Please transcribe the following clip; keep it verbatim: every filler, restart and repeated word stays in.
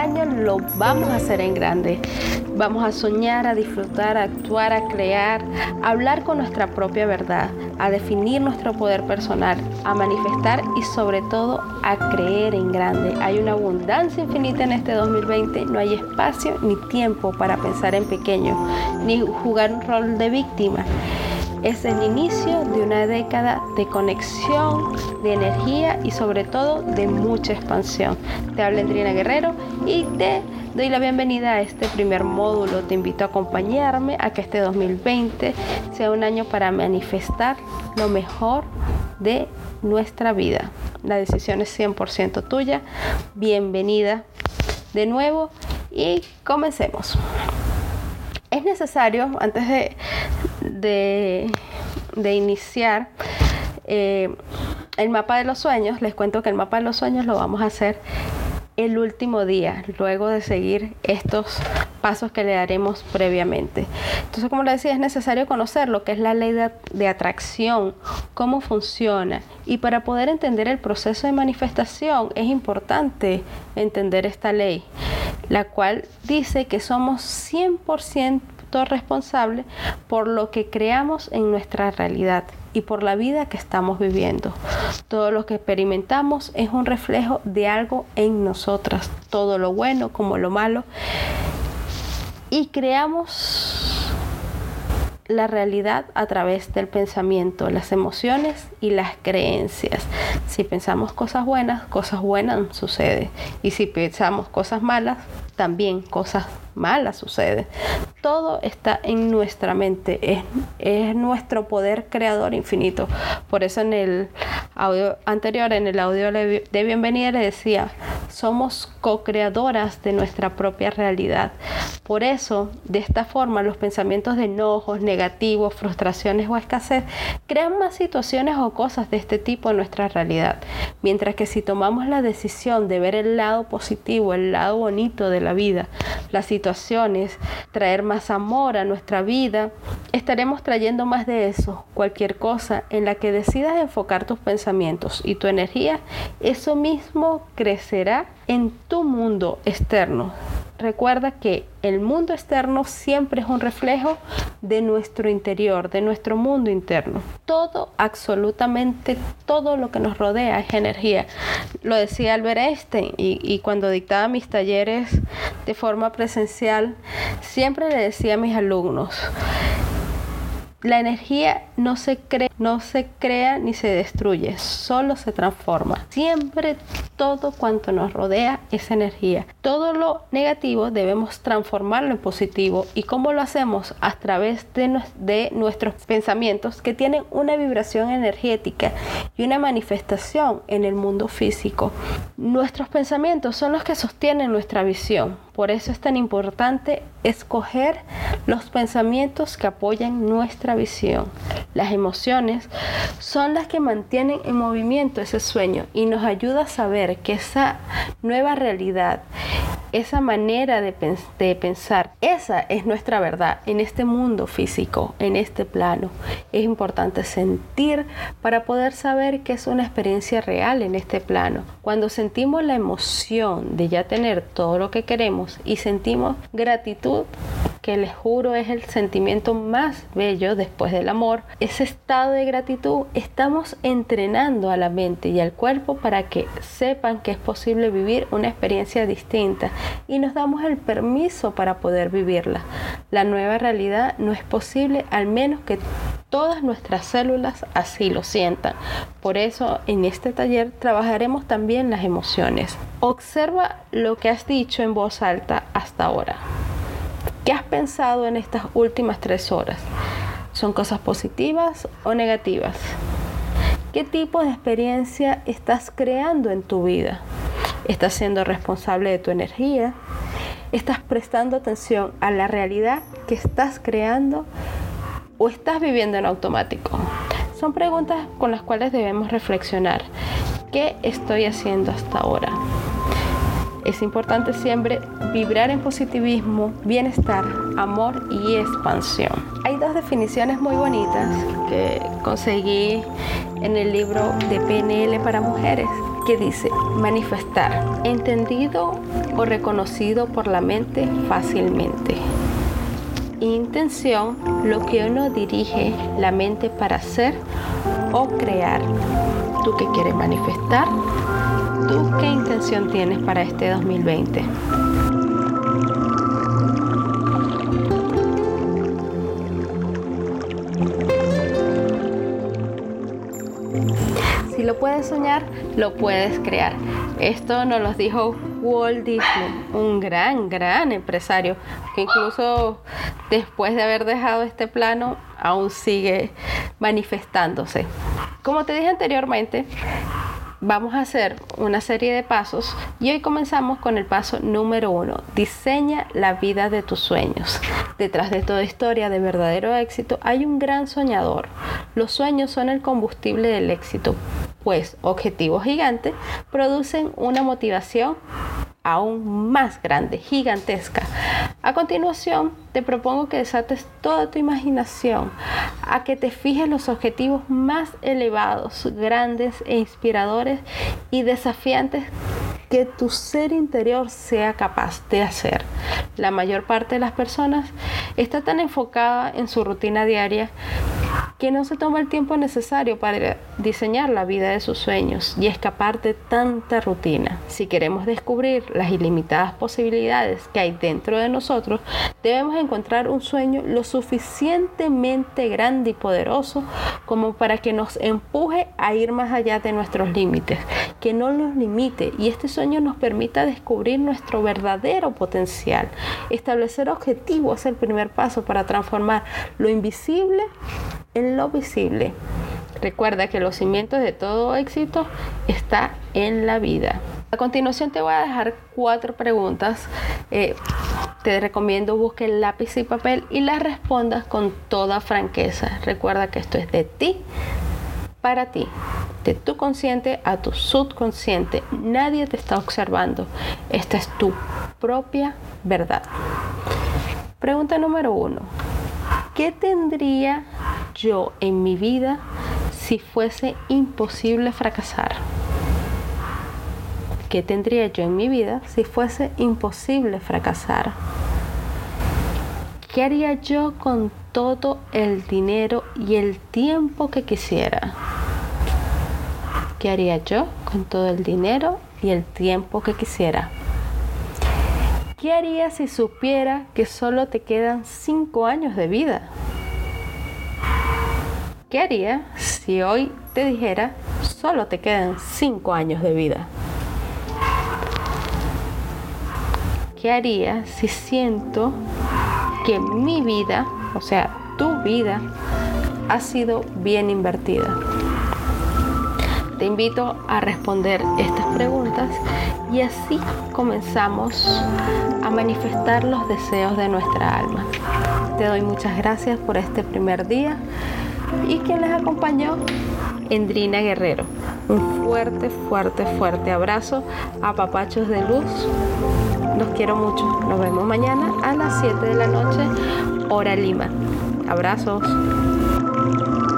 año lo vamos a hacer en grande. Vamos a soñar, a disfrutar, a actuar, a crear, a hablar con nuestra propia verdad, a definir nuestro poder personal, a manifestar y sobre todo a creer en grande. Hay una abundancia infinita en este dos mil veinte, no hay espacio ni tiempo para pensar en pequeño, ni jugar un rol de víctima. Es el inicio de una década de conexión, de energía y sobre todo de mucha expansión. Te habla Andrina Guerrero y te doy la bienvenida a este primer módulo. Te invito a acompañarme a que este dos mil veinte sea un año para manifestar lo mejor de nuestra vida. La decisión es cien por ciento tuya. Bienvenida de nuevo y comencemos. Es necesario, antes de, de, de iniciar eh, el mapa de los sueños, les cuento que el mapa de los sueños lo vamos a hacer el último día, luego de seguir estos pasos que le daremos previamente. Entonces, como les decía, es necesario conocer lo que es la ley de, de atracción, cómo funciona. Y para poder entender el proceso de manifestación, es importante entender esta ley, la cual dice que somos cien por ciento responsables por lo que creamos en nuestra realidad y por la vida que estamos viviendo. Todo lo que experimentamos es un reflejo de algo en nosotras, todo lo bueno como lo malo, y creamos la realidad a través del pensamiento, las emociones y las creencias. Si pensamos cosas buenas, cosas buenas suceden. Y si pensamos cosas malas, también cosas malas suceden. Todo está en nuestra mente, es, es nuestro poder creador infinito. Por eso en el audio anterior, en el audio de bienvenida, le decía, somos co-creadoras de nuestra propia realidad. Por eso, de esta forma, los pensamientos de enojos, negativos, frustraciones o escasez crean más situaciones o cosas de este tipo en nuestra realidad. Mientras que si tomamos la decisión de ver el lado positivo, el lado bonito de la vida, las situaciones, traer más amor a nuestra vida, estaremos trayendo más de eso. Cualquier cosa en la que decidas enfocar tus pensamientos y tu energía, eso mismo crecerá en tu mundo externo. Recuerda que el mundo externo siempre es un reflejo de nuestro interior, de nuestro mundo interno. Todo, absolutamente todo lo que nos rodea es energía. Lo decía Albert Einstein y, y cuando dictaba mis talleres de forma presencial, siempre le decía a mis alumnos, la energía no se crea, no se crea ni se destruye, solo se transforma. Siempre todo cuanto nos rodea es energía. Todo lo negativo debemos transformarlo en positivo. ¿Y cómo lo hacemos? A través de, de nuestros pensamientos que tienen una vibración energética y una manifestación en el mundo físico. Nuestros pensamientos son los que sostienen nuestra visión. Por eso es tan importante escoger los pensamientos que apoyan nuestra visión. Las emociones son las que mantienen en movimiento ese sueño y nos ayuda a saber que esa nueva realidad, esa manera de, pens- de pensar, esa es nuestra verdad en este mundo físico, en este plano. Es importante sentir para poder saber que es una experiencia real en este plano. Cuando sentimos la emoción de ya tener todo lo que queremos y sentimos gratitud, que les juro es el sentimiento más bello después del amor, ese estado de gratitud, estamos entrenando a la mente y al cuerpo para que sepan que es posible vivir una experiencia distinta y nos damos el permiso para poder vivirla. La nueva realidad no es posible al menos que todas nuestras células así lo sientan. Por eso en este taller trabajaremos también las emociones. Observa lo que has dicho en voz alta hasta ahora. ¿Qué has pensado en estas últimas tres horas? ¿Son cosas positivas o negativas? ¿Qué tipo de experiencia estás creando en tu vida? ¿Estás siendo responsable de tu energía? ¿Estás prestando atención a la realidad que estás creando o estás viviendo en automático? Son preguntas con las cuales debemos reflexionar. ¿Qué estoy haciendo hasta ahora? Es importante siempre vibrar en positivismo, bienestar, amor y expansión. Hay dos definiciones muy bonitas que conseguí en el libro de P N L para mujeres, que dice manifestar, entendido o reconocido por la mente fácilmente. Intención, lo que uno dirige la mente para hacer o crear. ¿Tú qué quieres manifestar? ¿Tú qué intención tienes para este dos mil veinte? Si lo puedes soñar, lo puedes crear. Esto nos lo dijo Walt Disney, un gran, gran empresario, que incluso después de haber dejado este plano, aún sigue manifestándose. Como te dije anteriormente, vamos a hacer una serie de pasos y hoy comenzamos con el paso número uno. Diseña la vida de tus sueños. Detrás de toda historia de verdadero éxito hay un gran soñador. Los sueños son el combustible del éxito, pues objetivos gigantes producen una motivación aún más grande, gigantesca. A continuación, te propongo que desates toda tu imaginación, a que te fijes los objetivos más elevados, grandes e inspiradores y desafiantes que tu ser interior sea capaz de hacer. La mayor parte de las personas está tan enfocada en su rutina diaria que no se toma el tiempo necesario para diseñar la vida de sus sueños y escapar de tanta rutina. Si queremos descubrir las ilimitadas posibilidades que hay dentro de nosotros, debemos encontrar un sueño lo suficientemente grande y poderoso como para que nos empuje a ir más allá de nuestros límites, que no nos limite, y este sueño nos permita descubrir nuestro verdadero potencial. Establecer objetivos es el primer paso para transformar lo invisible en lo visible. Recuerda que los cimientos de todo éxito está en la vida. A continuación te voy a dejar cuatro preguntas. Eh, te recomiendo busques lápiz y papel y las respondas con toda franqueza. Recuerda que esto es de ti para ti, de tu consciente a tu subconsciente. Nadie te está observando. Esta es tu propia verdad. Pregunta número uno. ¿Qué tendría yo en mi vida si fuese imposible fracasar? ¿Qué tendría yo en mi vida si fuese imposible fracasar? ¿Qué haría yo con todo el dinero y el tiempo que quisiera? ¿Qué haría yo con todo el dinero y el tiempo que quisiera? ¿Qué harías si supiera que solo te quedan cinco años de vida? ¿Qué harías si hoy te dijera solo te quedan cinco años de vida? ¿Qué harías si siento que mi vida, o sea, tu vida, ha sido bien invertida? Te invito a responder estas preguntas y así comenzamos a manifestar los deseos de nuestra alma. Te doy muchas gracias por este primer día y quien les acompañó, Endrina Guerrero. Un fuerte, fuerte, fuerte abrazo a papachos de luz. Los quiero mucho. Nos vemos mañana a las siete de la noche, hora Lima. Abrazos.